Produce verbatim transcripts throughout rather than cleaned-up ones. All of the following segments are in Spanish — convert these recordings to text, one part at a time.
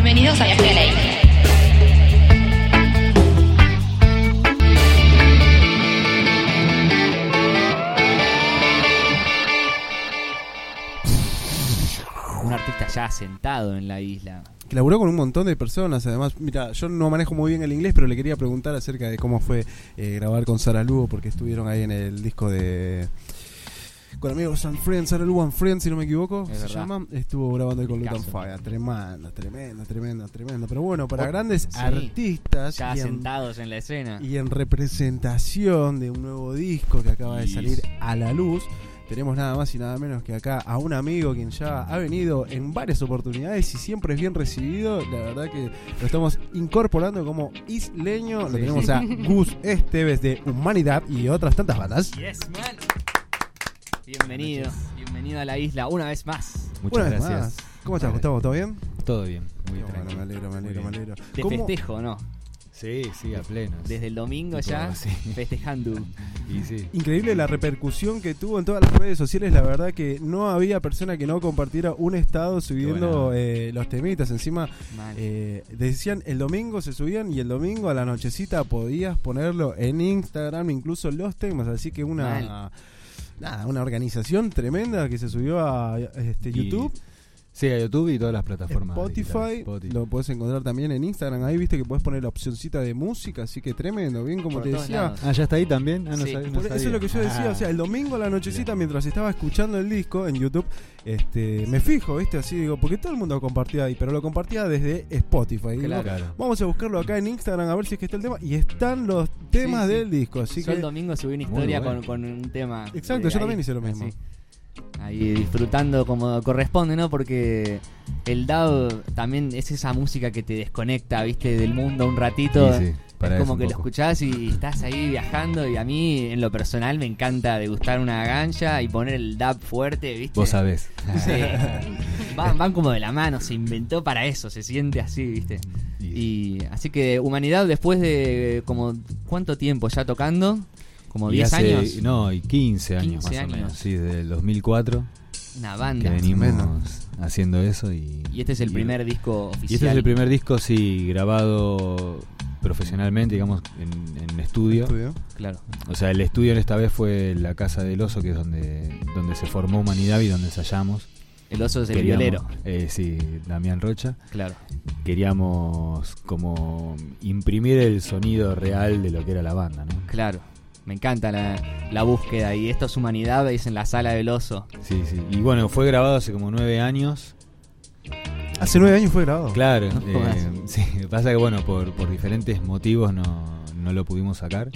Bienvenidos a Viaje a la Isla. Un artista ya sentado en la isla. Que laburó con un montón de personas. Además, mira, yo no manejo muy bien el inglés, pero le quería preguntar acerca de cómo fue eh, grabar con Sara Lugo, porque estuvieron ahí en el disco de Con Amigos and Friends, Sara Lugo and Friends, si no me equivoco, es se verdad. llama. Estuvo grabando ahí con Luton Fire. Tremendo, tremendo, tremendo, tremendo. Pero bueno, para oh, grandes sí. artistas ya y en, sentados en la escena y en representación de un nuevo disco que acaba de salir a la luz, tenemos nada más y nada menos que acá a un amigo quien ya ha venido en varias oportunidades y siempre es bien recibido. La verdad que lo estamos incorporando como isleño. Sí. Lo tenemos a Gus Esteves de Humanidad y otras tantas bandas. Yes, man. Bienvenido, bienvenido a la isla una vez más. Muchas una gracias. Más. ¿Cómo estás, Gustavo? ¿Todo bien? Todo bien, muy no, tranquilo. Bueno, me alegro, me alegro, me alegro. Te ¿Cómo? festejo, ¿no? Sí, sí, a pleno. Desde el domingo tipo, ya sí. festejando. Y sí. Increíble la repercusión que tuvo en todas las redes sociales. La verdad que no había persona que no compartiera un estado subiendo eh, los temitas. Encima eh, decían el domingo se subían y el domingo a la nochecita podías ponerlo en Instagram, incluso los temas. Así que una Mal. nada, una organización tremenda que se subió a este, YouTube. Y... Sí, a YouTube y todas las plataformas. Spotify, Spotify, lo podés encontrar también en Instagram. Ahí viste que podés poner la opcioncita de música, así que tremendo, bien como Por te decía. lados. Ah, ya está ahí también. Ah, no sí. sabía, no Por, sabía. Eso es lo que yo decía, ah. o sea, el domingo a la nochecita, Bien. mientras estaba escuchando el disco en YouTube, este, me fijo, viste, así digo, porque todo el mundo lo compartía ahí, pero lo compartía desde Spotify. Digo, Claro. vamos a buscarlo acá en Instagram a ver si es que está el tema, y están los temas sí, sí. del disco, así yo que el domingo subí una historia bueno. con, con un tema. Exacto, yo ahí, también hice lo mismo. Así. Ahí disfrutando como corresponde, ¿no? Porque el D A W también es esa música que te desconecta, ¿viste? Del mundo un ratito. Sí, sí, para es como eso que un lo poco. escuchás y estás ahí viajando. Y a mí, en lo personal, me encanta degustar una gancha y poner el D A W fuerte, ¿viste? Vos sabés. Sí. van, van como de la mano, se inventó para eso, se siente así, ¿viste? Y, Y así que Humanidad, después de como ¿cuánto tiempo ya tocando? Como y diez hace, años. No, y quince años quince más años. o menos. Sí, desde el dos mil cuatro. Una Que banda. venimos menos. haciendo eso. Y, Y este es el y, primer disco oficial. Y este es el primer disco, sí, grabado profesionalmente, digamos, en, en estudio. ¿Estudio? Claro. O sea, el estudio en esta vez fue la Casa del Oso, que es donde, donde se formó Humanidad y donde ensayamos. El oso es el Queríamos- violero. Eh, sí, Damián Rocha. Claro. Queríamos como imprimir el sonido real de lo que era la banda, ¿no? Claro. Me encanta la, la búsqueda. Y esto es Humanidad, es en la Sala del Oso. Sí, sí. Y bueno, fue grabado hace como nueve años. Hace nueve años fue grabado. Claro. No jodas. eh, sí, pasa que bueno, por, por diferentes motivos no, no lo pudimos sacar.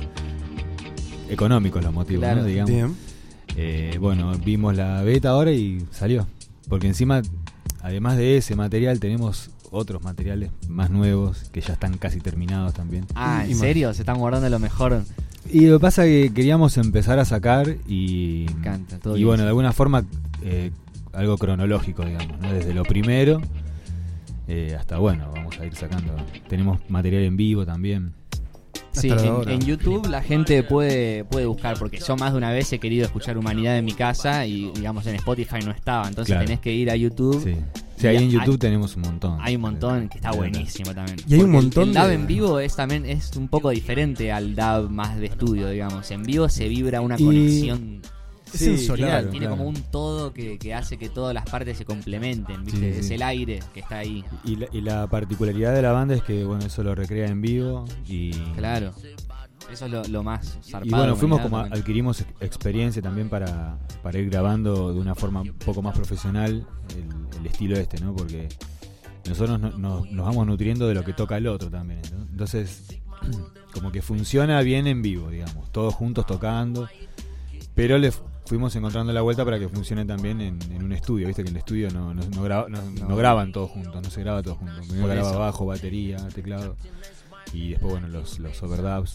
Económicos los motivos, Claro. ¿no? Digamos. Bien. Eh, bueno, vimos la beta ahora y salió. Porque encima, además de ese material, tenemos otros materiales más nuevos que ya están casi terminados también. Ah, Y ¿en más. serio? Se están guardando lo mejor. Y lo que pasa es que queríamos empezar a sacar y, Me encanta, todo y bien. bueno, de alguna forma eh, algo cronológico, digamos, ¿no? Desde lo primero eh, hasta, bueno, vamos a ir sacando. Tenemos material en vivo también. Sí, Hasta en, ahora. en YouTube la gente puede puede buscar, porque yo más de una vez he querido escuchar Humanidad en mi casa y digamos en Spotify no estaba, entonces Claro. tenés que ir a YouTube. Sí, sí, ahí Y en YouTube hay- tenemos un montón. Hay un montón que está De- de- buenísimo también. Y hay un Porque montón el, el D A W de- en vivo es también es un poco diferente al D A W más de estudio, digamos. En vivo se vibra una Y- conexión. Es Sí, sensorial. claro, Tiene claro. como un todo que, que hace que todas las partes se complementen, ¿viste? Sí, sí. Es el aire que está ahí. Y la, y la particularidad de la banda es que, bueno, eso lo recrea en vivo y... Claro. Eso es lo, lo más zarpado. Y bueno, fuimos Humanidad como también. adquirimos ex- experiencia también para, para ir grabando de una forma un poco más profesional el, el estilo este, ¿no? Porque nosotros no- no- nos vamos nutriendo de lo que toca el otro también, ¿no? Entonces, como que funciona bien en vivo, digamos, todos juntos tocando, pero le fu- fuimos encontrando la vuelta para que funcione también en, en un estudio, viste que en el estudio no, no, no, graba- no- no No. graban todos juntos, no se graba todos juntos, primero Por graba eso. bajo, batería, teclado y después, bueno, los, los overdubs.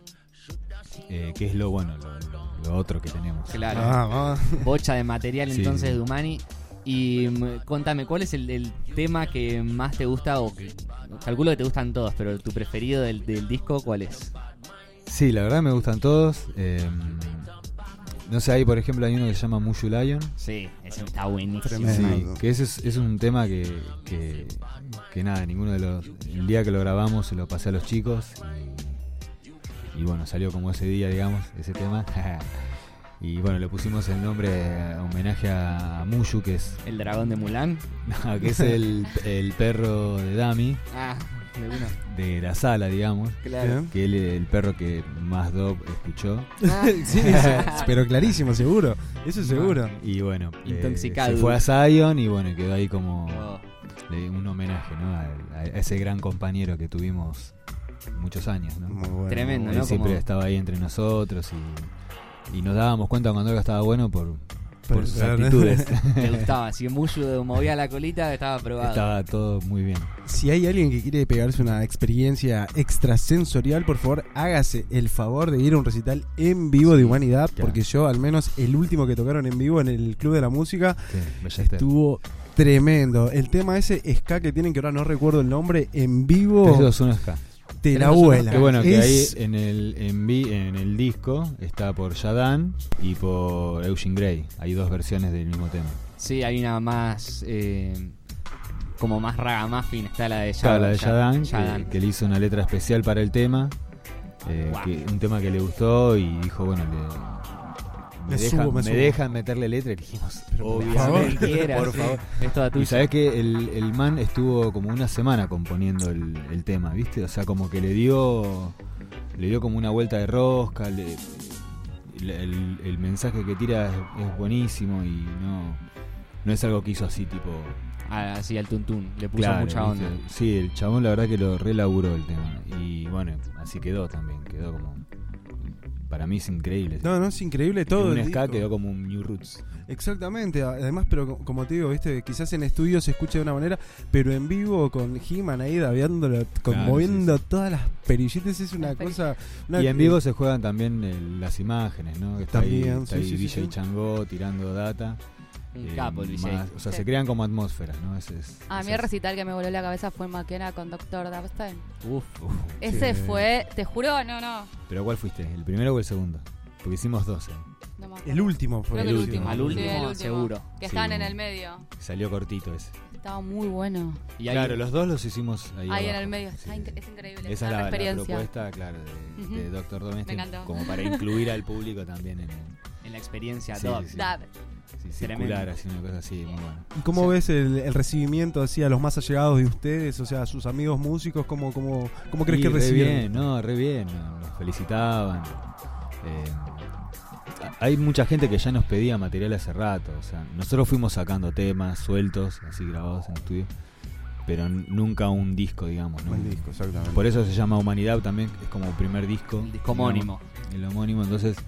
Eh, que es lo bueno, lo, lo- lo otro que tenemos. Claro. Ah, ah. Bocha de material Sí, entonces sí. de Humani. Y mm, contame, ¿cuál es el, el tema que más te gusta? O que, calculo que te gustan todos, pero tu preferido del, del disco, ¿cuál es? Sí, la verdad me gustan todos. Eh, no sé, ahí por ejemplo hay uno que se llama Mushu Lion. Sí, ese está buenísimo. Tremendo. Sí, que ese es, es un tema que, que, que nada, ninguno de los... El día que lo grabamos se lo pasé a los chicos y, y bueno, salió como ese día, digamos, ese tema. Y bueno, le pusimos el nombre a homenaje a Mushu, que es... ¿El dragón de Mulan? No, que es el, el perro de Dami. Ah, de una. De la sala, digamos. Claro. Que él el perro que más Dob escuchó. Ah. Sí, sí, pero clarísimo, seguro. Eso es seguro. Y bueno, Intoxicado. Eh, se fue a Zion y bueno, quedó ahí como Oh. de un homenaje, ¿no? A, a ese gran compañero que tuvimos muchos años, ¿no? Muy bueno, Tremendo, muy Él ¿no? siempre Como- estaba ahí entre nosotros y, y nos dábamos cuenta cuando algo estaba bueno por, por sus Pero- actitudes. Te gustaba. Si Mushu movía la colita, estaba aprobado. Estaba todo muy bien. Si hay alguien que quiere pegarse una experiencia extrasensorial, por favor, hágase el favor de ir a un recital en vivo Sí, de Humanidad, claro. porque yo, al menos el último que tocaron en vivo en el Club de la Música, Sí, Ballester. estuvo tremendo. El tema ese ska que tienen, que ahora no recuerdo el nombre, en vivo, tres, dos, uno, ska. te la tres, dos, uno, vuela. Qué bueno que Es- ahí en el en, vi- en el disco está por Yadan y por Eugene Gray. Hay dos versiones del mismo tema. Sí, hay una más. Eh, como más ragamuffin. Está la de Claro, la de Yadan. Yadan, que, que le hizo una letra especial para el tema. eh, Wow. que, un tema que le gustó y dijo, bueno, le, me, Me deja- subo, me me subo. dejan meterle letra y dijimos, por obviamente, Quieras, por sí. favor. Es toda tuya. Y sabés que el, el man estuvo como una semana componiendo el, el tema, ¿viste? O sea, como que le dio le dio como una vuelta de rosca, le- el, el- el mensaje que tira es, es buenísimo y no no es algo que hizo así tipo... Ah, así al tuntún. Le puso Claro, mucha ¿viste? onda. Sí, el chabón la verdad que lo relaburó el tema y bueno, así quedó también, quedó como... Para mí es increíble. No, no, es increíble todo. un el ska disco. quedó como un New Roots. Exactamente, además, pero co- como te digo, viste, quizás en estudio se escucha de una manera, pero en vivo con He-Man ahí dabeándolo, con, Claro, moviendo sí, todas las perillitas, es una Las peri- cosa. una- Y en vivo se juegan también el- las imágenes, ¿no? Está También, ahí, está sí, ahí sí, sí, Villa y sí. Changó tirando data. Un eh, capo el V J. más- o sea, Sí. se crean como atmósferas, ¿no? Ese es, A mí ese el es- recital que me voló la cabeza fue en Maquena con Doctor Dubstein. Uf. Uf. Ese Sí. fue, te juro, no, no. Pero ¿cuál fuiste? ¿El primero o el segundo? Porque hicimos dos, ¿eh? no me acuerdo. El último fue. Creo que el el último. último. Al Sí, último, el último. seguro. Que Sí, estaban en no. el medio. Salió cortito ese. Estaba muy bueno. Y ahí- Claro, los dos los hicimos ahí Ahí en abajo. el medio. Sí, Está sí. inc- es increíble. Esa es una la, la experiencia. propuesta, claro, de, Ujú. de Doctor Domestic, Me encantó. como para incluir al público también en el... en la experiencia Sí, Dub. sí, sí. Dab. Sí, Tremendo. circular, así una cosa así, muy bueno. ¿Y cómo Sí. ves el, el recibimiento así a los más allegados de ustedes, o sea, a sus amigos músicos? ¿Cómo, cómo, cómo crees Y que re recibieron? bien, no, re bien, no, nos felicitaban. Eh, hay mucha gente que ya nos pedía material hace rato, o sea, nosotros fuimos sacando temas sueltos, así grabados en estudio, pero n- nunca un disco, digamos, ¿no? Buen disco, exactamente. Por eso se llama Humanidad también, es como primer disco. El disco digamos, homónimo. El homónimo, entonces,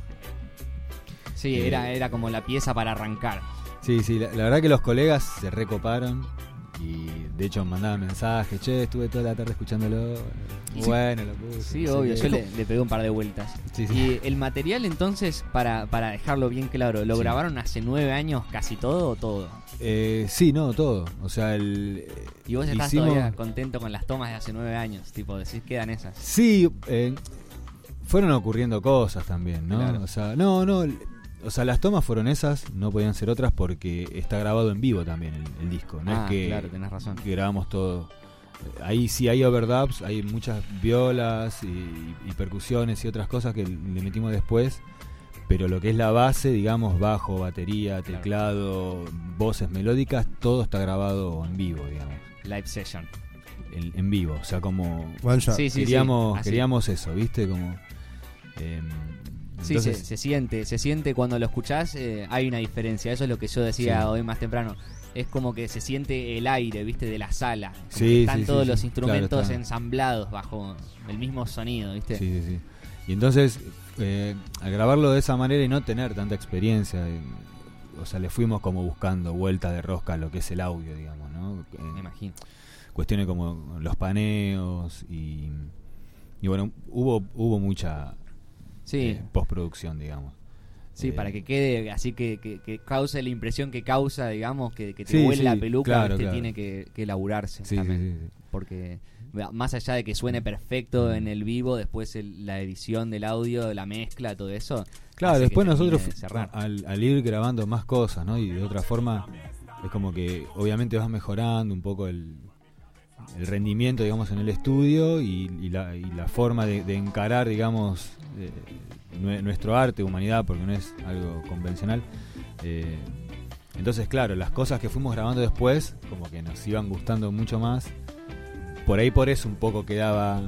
Sí, Eh, era, era como la pieza para arrancar. sí, sí, la, la verdad que los colegas se recoparon y de hecho mandaban mensajes, che, estuve toda la tarde escuchándolo, muy Sí. bueno, lo puse. Sí, no sé obvio, qué". yo le, le pegué un par de vueltas. Sí, sí. Y el material entonces, para, para dejarlo bien claro, ¿lo Sí. grabaron hace nueve años casi todo o todo? Eh, sí, no, todo. O sea, el. Y vos estás hicimos- todavía contento con las tomas de hace nueve años, tipo, decís, quedan esas. Sí, eh, fueron ocurriendo cosas también, ¿no? Claro. O sea, no, no. el- O sea, las tomas fueron esas, no podían ser otras porque está grabado en vivo también el, el disco. No Ah, es que, claro, tenés razón. que grabamos todo. Ahí sí hay overdubs, hay muchas violas y, y percusiones y otras cosas que le metimos después. Pero lo que es la base, digamos, bajo, batería, Claro. teclado, voces melódicas, todo está grabado en vivo, digamos. Live session. En, en vivo, o sea, como One shot. Sí, sí, queríamos, sí, así. queríamos eso, ¿viste? Como eh, Sí, entonces, se, se siente, se siente cuando lo escuchás, eh, hay una diferencia. Eso es lo que yo decía Sí. hoy más temprano. Es como que se siente el aire, ¿viste? De la sala. Como Sí, que están sí, todos sí, los sí. instrumentos Claro, está. ensamblados bajo el mismo sonido, ¿viste? sí, sí, sí. Y entonces, eh, al grabarlo de esa manera y no tener tanta experiencia, eh, o sea, le fuimos como buscando vueltas de rosca a lo que es el audio, digamos, ¿no? Eh, Me imagino. cuestiones como los paneos y, y bueno, hubo hubo mucha Sí, eh, postproducción, digamos. sí, Eh, para que quede así que, que, que cause la impresión que causa, digamos, que, que te Sí, huele sí, la peluca, claro, ¿viste? claro. Tiene que, que elaborarse Sí, sí, también. sí, sí. Porque más allá de que suene perfecto en el vivo, después el, la edición del audio, la mezcla, todo eso. Claro, después nosotros al, al ir grabando más cosas, ¿no? Y de otra forma es como que obviamente vas mejorando un poco el, el rendimiento, digamos, en el estudio y, y, la, y la forma de, de encarar, digamos, eh, nuestro arte, humanidad, porque no es algo convencional. Eh, entonces, claro, las cosas que fuimos grabando después como que nos iban gustando mucho más. Por ahí por eso un poco quedaba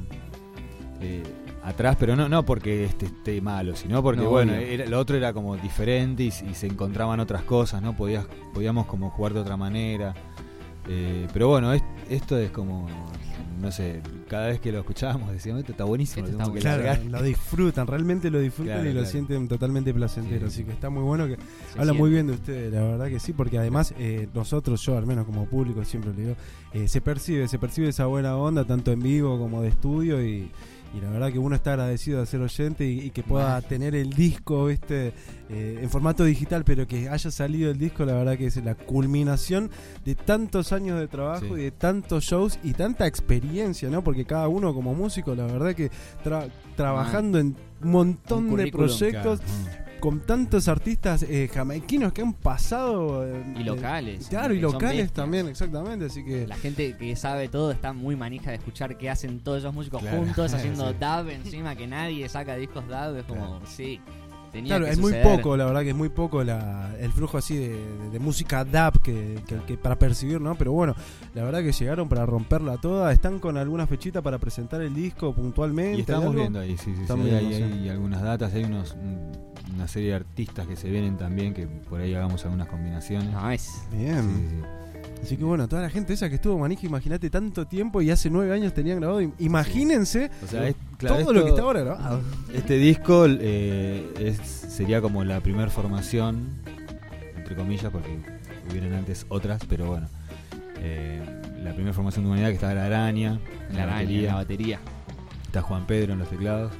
eh, atrás, pero no no porque este esté malo, sino porque no, bueno, era, lo otro era como diferente y, y se encontraban otras cosas, ¿no? Podías, podíamos como jugar de otra manera. Eh, pero bueno, es, esto es como, no sé, cada vez que lo escuchábamos decíamos, esto está buenísimo. Esto está, que claro, lo disfrutan, realmente lo disfrutan, claro, y lo claro. sienten totalmente placentero. Sí. Así que está muy bueno, que sí, habla sí, muy bien de ustedes, la verdad que sí, porque además eh, nosotros, yo al menos como público siempre le digo, eh, se percibe, se percibe esa buena onda, tanto en vivo como de estudio, y Y la verdad que uno está agradecido de ser oyente y, y que pueda Ay. tener el disco, ¿viste? Eh, en formato digital, pero que haya salido el disco, la verdad que es la culminación de tantos años de trabajo, sí, y de tantos shows y tanta experiencia, ¿no? Porque cada uno como músico, la verdad que tra- trabajando ah. en un montón un de proyectos, claro, con tantos artistas eh, jamaiquinos que han pasado eh, y locales, eh, claro, y locales también, exactamente, así que la gente que sabe todo está muy manija de escuchar qué hacen todos esos músicos, claro, juntos haciendo sí. dub encima, que nadie saca discos dub, es como, claro, sí, tenía claro, que es suceder. Muy poco, la verdad que es muy poco la, el flujo así de, de, de música dub que, que, que para percibir, ¿no? Pero bueno, la verdad que llegaron para romperla toda. Están con alguna fechita para presentar el disco puntualmente. Y estamos viendo ahí, sí, sí, sí, hay, hay, hay algunas datas, hay unos una serie de artistas que se vienen también, que por ahí hagamos algunas combinaciones. Nice. Bien. Sí, sí. Así que bueno, toda la gente esa que estuvo manija, imagínate tanto tiempo y hace nueve años tenían grabado. Imagínense, sí, o sea, es, claro, todo esto, lo que está ahora grabado. Este disco eh, es, sería como la primer formación, entre comillas, porque hubieron antes otras, pero bueno. Eh, la primera formación de Humanidad, que está la Araña, la, la, araña, batería, la batería. Está Juan Pedro en los teclados.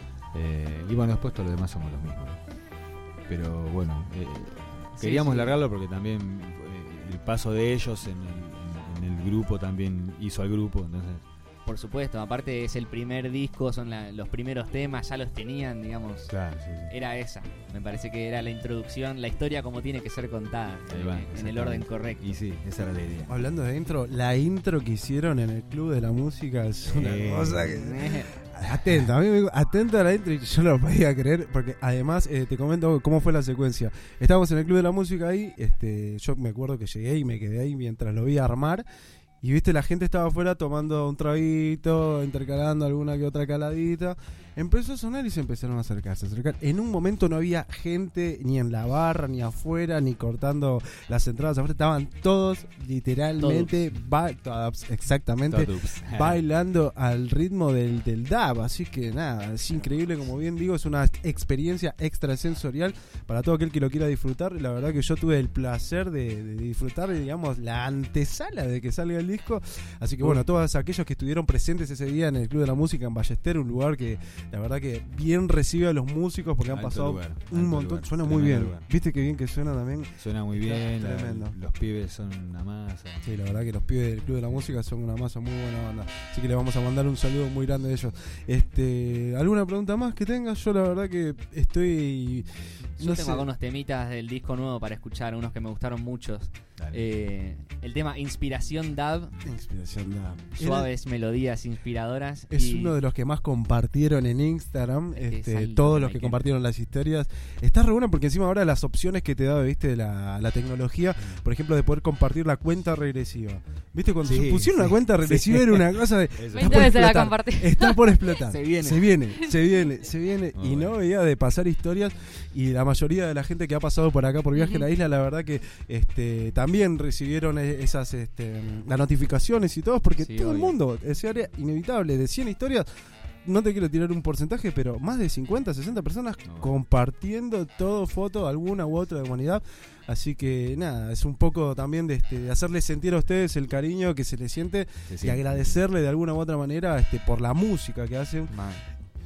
Eh, y bueno, después todos los demás somos los mismos, ¿no? Pero bueno, eh, sí, queríamos sí. largarlo porque también eh, el paso de ellos en el, en el grupo también hizo al grupo, entonces. Por supuesto, aparte es el primer disco, son la, los primeros temas, ya los tenían, digamos. Claro, sí, sí. Era esa, me parece que era la introducción, la historia como tiene que ser contada, va, eh, en el orden correcto. Y sí, esa era la idea. Hablando de intro, la intro que hicieron en el Club de la Música es una eh, cosa que... Eh. Atento, a mí me, atento a la intro, y yo no lo podía creer, porque además eh, te comento cómo fue la secuencia. Estábamos en el Club de la Música ahí, este, yo me acuerdo que llegué y me quedé ahí mientras lo vi armar. Y viste, la gente estaba afuera tomando un traguito, intercalando alguna que otra caladita. Empezó a sonar y se empezaron a acercarse, a acercar. En un momento no había gente ni en la barra, ni afuera, ni cortando las entradas afuera. Estaban todos literalmente, ba- todos, exactamente, todos. bailando al ritmo del, del dub. Así que nada, es increíble, como bien digo, es una experiencia extrasensorial para todo aquel que lo quiera disfrutar. La verdad que yo tuve el placer de, de disfrutar, digamos, la antesala de que salga el disco. Así que bueno, todos aquellos que estuvieron presentes ese día en el Club de la Música en Ballester, un lugar que la verdad que bien recibe a los músicos porque han alto pasado lugar, un montón. Lugar, suena muy bien. Lugar. ¿Viste qué bien que suena también? Suena muy bien. La, los pibes son una masa. Sí, la verdad que los pibes del Club de la Música son una masa, muy buena banda. Así que le vamos a mandar un saludo muy grande a ellos. Este, ¿alguna pregunta más que tengas? Yo la verdad que estoy... Yo no tengo sé. algunos temitas del disco nuevo para escuchar, unos que me gustaron muchos. Eh, el tema Inspiración Dub. Inspiración Dub. Suaves Era, melodías inspiradoras. Es y uno de los que más compartieron en Instagram. Este, todos los que hay compartieron las historias. Está re bueno porque encima ahora las opciones que te da, viste, la, la tecnología, por ejemplo, de poder compartir la cuenta regresiva. ¿Viste? Cuando sí, se pusieron sí, la cuenta regresiva sí. era una cosa de... Está por explotar. Está por explotar. se viene. Se viene, se viene, se viene. Oh, y bueno. no veía de pasar historias. Y la mayoría de la gente que ha pasado por acá por Viaje uh-huh. a la Isla, la verdad que este también recibieron esas este, las notificaciones y todo, porque sí, todo obvio. el mundo, ese área inevitable de cien historias, no te quiero tirar un porcentaje, pero más de cincuenta, sesenta personas no. compartiendo todo, foto alguna u otra de humanidad. Así que nada, es un poco también de, este, de hacerles sentir a ustedes el cariño que se les siente sí, sí. y agradecerle de alguna u otra manera este, por la música que hacen. Man.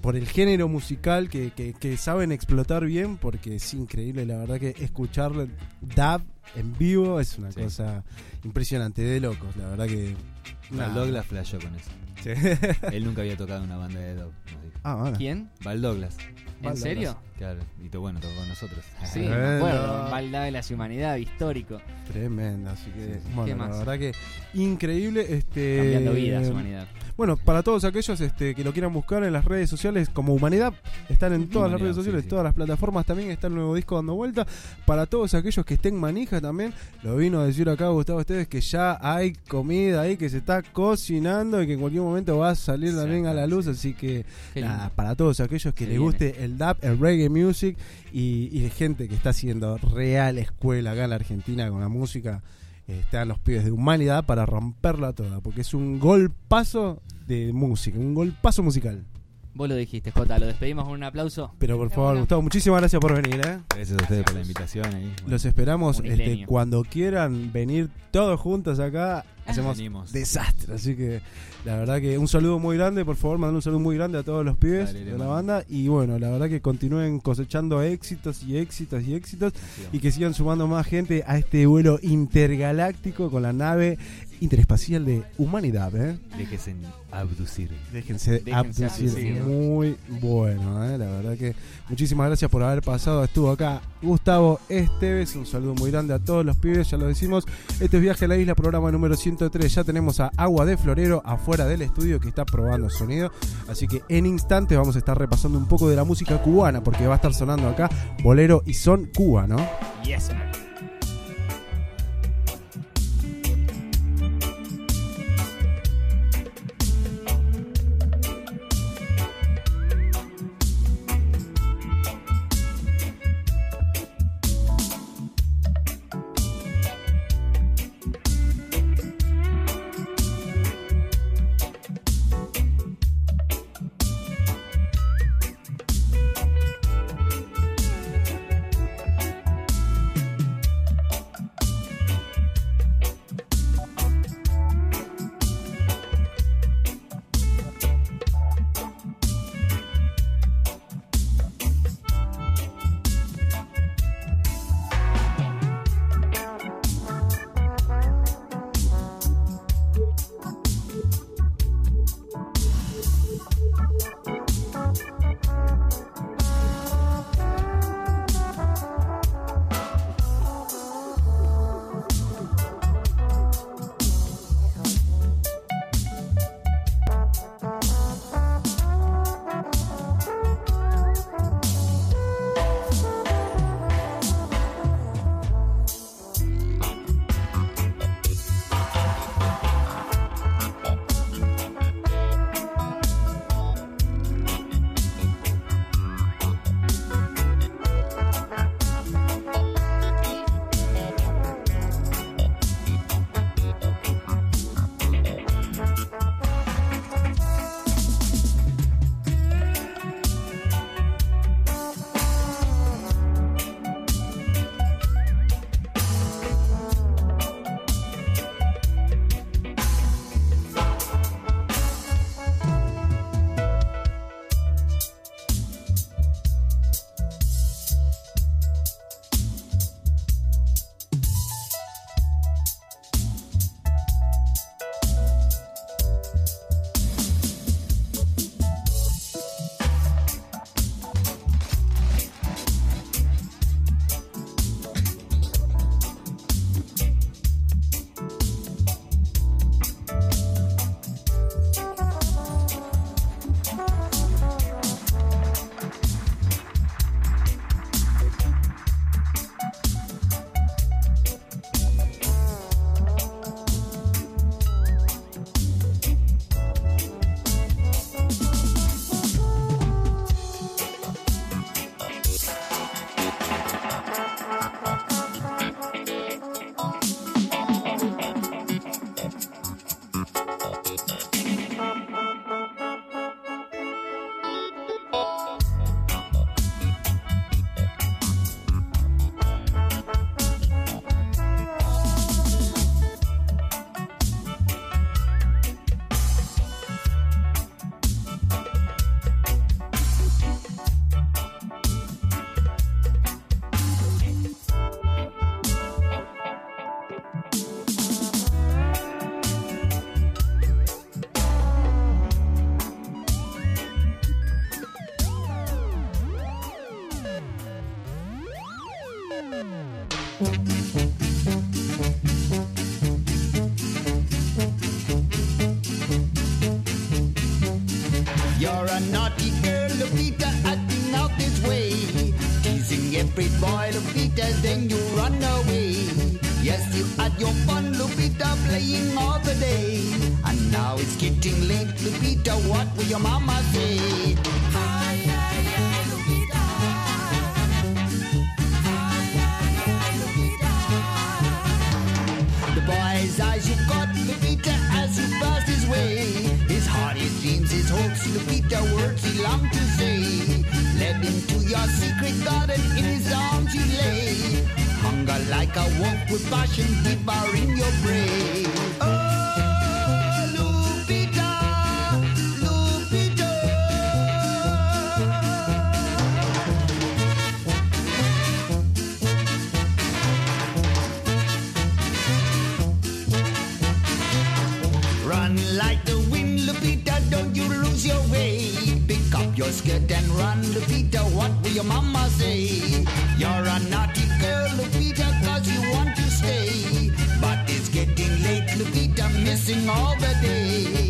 por el género musical que, que, que saben explotar bien, porque es increíble, la verdad que escuchar dub en vivo es una sí. cosa impresionante, de locos, la verdad que... Val Douglas flashó con eso. Sí. Él nunca había tocado una banda de dub. Ah, bueno. ¿Quién? Val Douglas. ¿En Val serio? Douglas. Claro, y to, bueno, tocó con nosotros. Sí, me acuerdo, Val Douglas y Humanidad, histórico. Tremendo, así que, sí. bueno, la verdad que increíble. Este, Cambiando vidas, Humanidad. Bueno, para todos aquellos este, que lo quieran buscar en las redes sociales como Humanidad, están en todas Humanidad, las redes sociales, sí, sí. todas las plataformas, también está el nuevo disco dando vuelta. Para todos aquellos que estén manija también, lo vino a decir acá Gustavo ustedes que ya hay comida ahí que se está cocinando y que en cualquier momento va a salir sí, también a la luz, así que nada, para todos aquellos que les guste el dub, el reggae music y, y gente que está haciendo real escuela acá en la Argentina con la música, están los pibes de Humanidad para romperla toda, porque es un golpazo de música, un golpazo musical. Vos lo dijiste, Jota, lo despedimos con un aplauso. Pero por favor, Gustavo, muchísimas gracias por venir, ¿eh? Gracias a ustedes por la invitación. Ahí. Bueno, los esperamos este, cuando quieran venir todos juntos acá. Hacemos Venimos. desastre, así que la verdad que un saludo muy grande, por favor, mandar un saludo muy grande a todos los pibes Dale, de la banda y bueno, la verdad que continúen cosechando éxitos y éxitos y éxitos sí, y que sigan sumando más gente a este vuelo intergaláctico con la nave interespacial de Humanidad, ¿eh? Déjense abducir. Déjense, Déjense abducir. abducir. Muy bueno, ¿eh? La verdad que muchísimas gracias por haber pasado. Estuvo acá Gustavo Esteves. Un saludo muy grande a todos los pibes, ya lo decimos. Este es Viaje a la Isla, programa número ciento tres. Ya tenemos a Agua de Florero afuera del estudio que está probando sonido. Así que en instantes vamos a estar repasando un poco de la música cubana porque va a estar sonando acá bolero y son cubano. Yes, man. You're a naughty girl, Lupita, acting out this way. Teasing every boy, Lupita, then you run away. Yes, you had your fun, Lupita, playing all the day. And now it's getting late, Lupita, what will your mama say? Hi, hi, hi, Lupita. Hi, hi, hi, Lupita. The boy's eyes you caught, Lupita, as you passed his way. His heart, his dreams, his hopes, Lupita, words he longed to say. Led him to your secret garden, in his arms you lay. Hunger like a wolf with passion, devouring your prey. Oh, Lupita, Lupita. Run like the wind, Lupita, don't you lose your way. Pick up your skirt and run, Lupita, what will your mama say? You're a naughty girl, Lupita, cause you want to stay. But it's getting late, Lupita, missing all the day.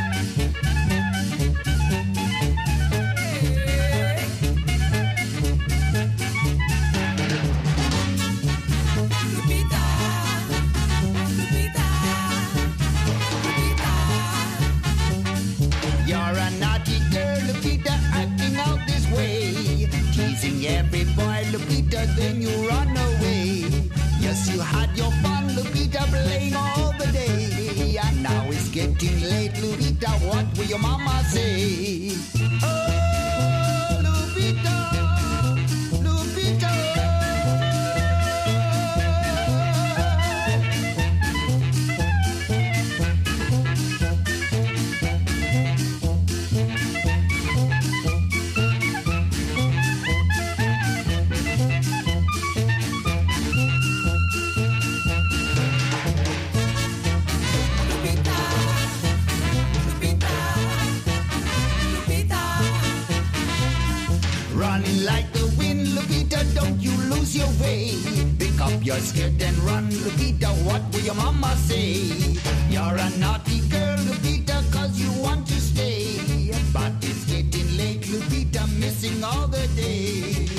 Lupita, Lupita, Lupita. You're a naughty girl, Lupita, acting out this way. Teasing every boy, Lupita, then you run away. Yes, you had your fun, Lupita, playing all the day. And now it's getting late, Lupita, what will your mama say? Oh, Lupita, Lupita. Running like the wind, Lupita, don't you lose your way. Pick up your skirt and run, Lupita, what will your mama say? You're a naughty girl, Lupita, cause you want to stay. But it's getting late, Lupita, missing all the day.